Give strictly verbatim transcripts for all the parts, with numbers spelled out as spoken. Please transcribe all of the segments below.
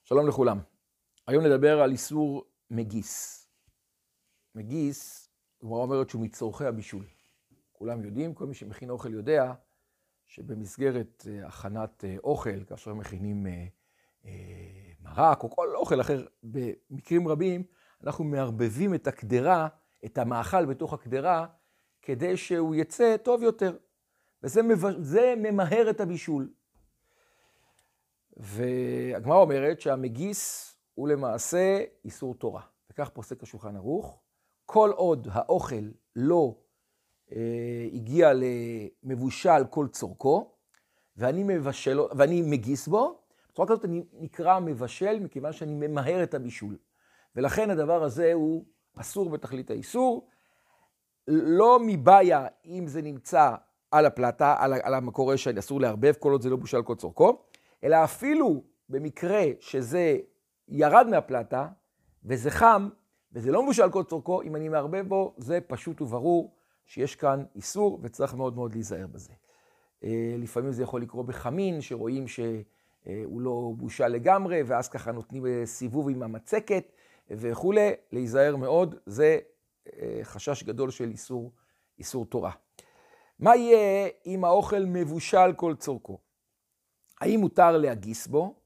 שלום לכולם. היום נדבר על איסור מגיס. מגיס, הגמרא אומרת שהוא מצורכי הבישול. כולם יודעים, כל מי שמכין אוכל יודע, שבמסגרת הכנת אוכל, כאשר מכינים מרק או כל אוכל אחר, במקרים רבים, אנחנו מערבבים את הקדרה, את המאכל בתוך הקדרה, כדי שהוא יצא טוב יותר. וזה זה ממהר את הבישול. והגמרא אומרת שהמגיס הוא למעשה איסור תורה. וכך פוסק השולחן ערוך. כל עוד האוכל לא אה, הגיע למבושל כל צורכו, ואני, מבשל, ואני מגיס בו, בצורה כזאת אני נקרא מבשל, מכיוון שאני ממהר את הבישול. ולכן הדבר הזה הוא אסור בתכלית האיסור. לא מבעיה אם זה נמצא על הפלטה, על, על המקור שאסור לערבב, כל עוד זה לא בושל כל צורכו, אלא אפילו במקרה שזה ירד מהפלטה, וזה חם, וזה לא מבושל כל צורכו, אם אני מערבב בו, זה פשוט וברור שיש כאן איסור, וצריך מאוד מאוד להיזהר בזה. לפעמים זה יכול לקרות בחמין, שרואים שהוא לא בושל לגמרי, ואז ככה נותנים סיבוב עם המצקת, וכו'. להיזהר מאוד, זה חשש גדול של איסור, איסור תורה. מה יהיה אם האוכל מבושל כל צורכו? האם מותר להגיס בו?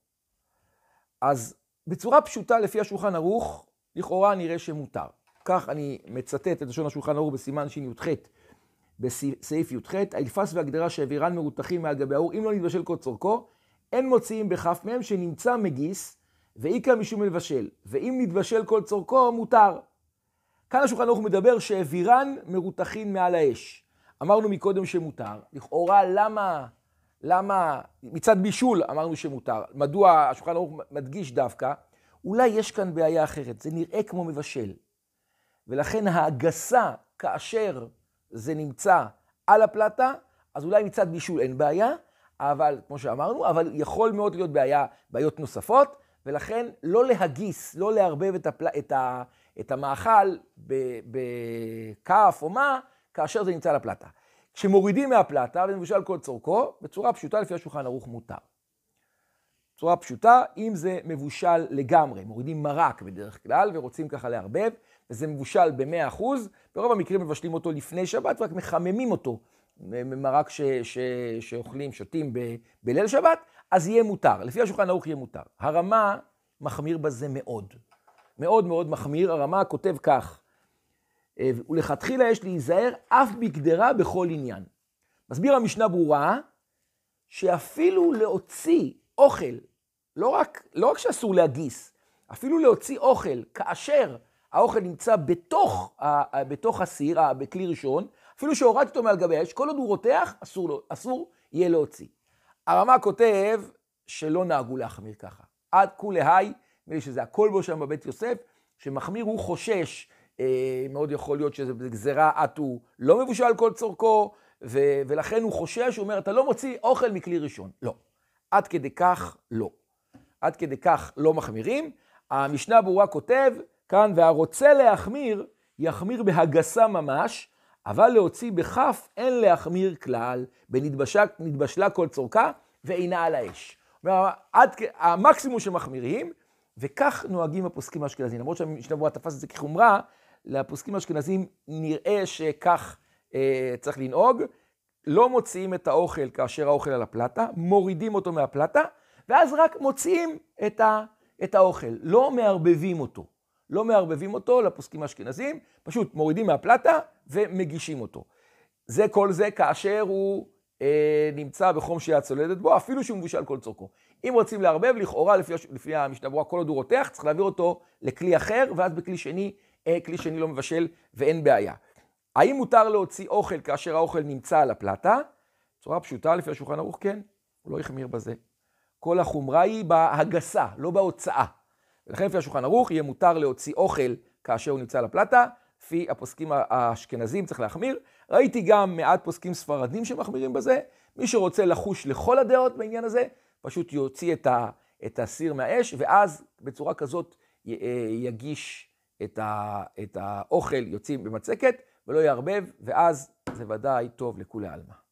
אז בצורה פשוטה לפי השולחן ערוך, לכאורה נראה שמותר. כך אני מצטט את לשון השולחן ערוך בסימן שי"ח, בסעיף י"ח, האלפס והגדרה שהעבירן מרותחים מעל גבי האור, אם לא נתבשל כל צורכו, אין מוציאים בכף מהם שנמצא מגיס, ואיקה משום לבשל, ואם נתבשל כל צורכו, מותר. כאן השולחן ערוך מדבר שהעבירן מרותחים מעל האש. אמרנו מקודם שמותר, לכאורה למה... למה מצד בישול אמרנו שמותר? מדוע השולחן ערוך מדגיש דווקא? אולי יש כאן בעיה אחרת, זה נראה כמו מבשל. ולכן ההגסה כאשר זה נמצא על הפלטה, אז אולי מצד בישול אין בעיה, אבל כמו שאמרנו, אבל יכול מאוד להיות בעיה, בעיות נוספות, ולכן לא להגיס, לא לערבב את, הפל... את, ה... את המאכל בכף או מה, כאשר זה נמצא על הפלטה. כשמורידים מהפלטה ומבושל כל צורכו, בצורה פשוטה לפי השולחן ערוך מותר. בצורה פשוטה, אם זה מבושל לגמרי, מורידים מרק בדרך כלל ורוצים ככה לערבב, וזה מבושל ב-מאה אחוז, ברוב המקרים מבשלים אותו לפני שבת, ורק מחממים אותו, מרק ש- ש- שאוכלים, שותים ב- בליל שבת, אז יהיה מותר, לפי השולחן ערוך יהיה מותר. הרמה מחמיר בזה מאוד, מאוד מאוד מחמיר, הרמה כותב כך, ולכתחילה יש להיזהר אף בקדרה בכל עניין. מסביר המשנה ברורה שאפילו להוציא אוכל, לא רק, לא רק שאסור להגיס, אפילו להוציא אוכל כאשר האוכל נמצא בתוך, בתוך הסיר, בכלי ראשון, אפילו שהורדתי אותו מעל גבי האש, כל עוד הוא רותח, אסור, אסור יהיה להוציא. הרמה כותב שלא נהגו להחמיר ככה. עד כולי היי, נראה לי שזה הכל בו שם בבית יוסף, שמחמיר הוא חושש, מאוד יכול להיות שזה גזרה עד הוא לא מבושל כל צורכו, ו- ולכן הוא חושש, הוא אומר, אתה לא מוציא אוכל מכלי ראשון. לא. עד כדי כך לא. עד כדי כך לא מחמירים. המשנה ברורה כותב, כאן, והרוצה להחמיר, יחמיר בהגסה ממש, אבל להוציא בכף אין להחמיר כלל, בנתבשלה כל צורכה, ואינה על האש. זאת אומרת, עד, המקסימום שמחמירים, וכך נוהגים הפוסקים האשכנזים. למרות שהמשנה ברורה תפס את זה כחומרה, לפוסקים האשכנזים נראה שכך אה, צריך לנהוג, לא מוציאים את האוכל כאשר האוכל על הפלטה, מורידים אותו מהפלטה, ואז רק מוציאים את, ה, את האוכל, לא מערבבים אותו. לא מערבבים אותו לפוסקים האשכנזים, פשוט מורידים מהפלטה ומגישים אותו. זה כל זה כאשר הוא אה, נמצא בחום שהיא הצולדת בו, אפילו שהוא מבושל כל צורכו. אם רוצים לערבב, לכאורה לפי, לפי המשנה ברורה, כל עוד הוא רותח, צריך להעביר אותו לכלי אחר, ואז בכלי שני, כלי שני לא מבשל ואין בעיה. האם מותר להוציא אוכל כאשר האוכל נמצא על הפלטה? בצורה פשוטה לפי השולחן ערוך, כן, הוא לא יחמיר בזה. כל החומרה היא בהגסה, לא בהוצאה. ולכן לפי השולחן ערוך יהיה מותר להוציא אוכל כאשר הוא נמצא על הפלטה, לפי הפוסקים האשכנזים צריך להחמיר. ראיתי גם מעט פוסקים ספרדים שמחמירים בזה. מי שרוצה לחוש לכל הדעות בעניין הזה, פשוט יוציא את, ה, את הסיר מהאש, ואז בצורה כזאת יגיש את, ה, את האוכל, יוצאים במצקת, ולא יערבב, ואז זה ודאי טוב לכולי עלמא.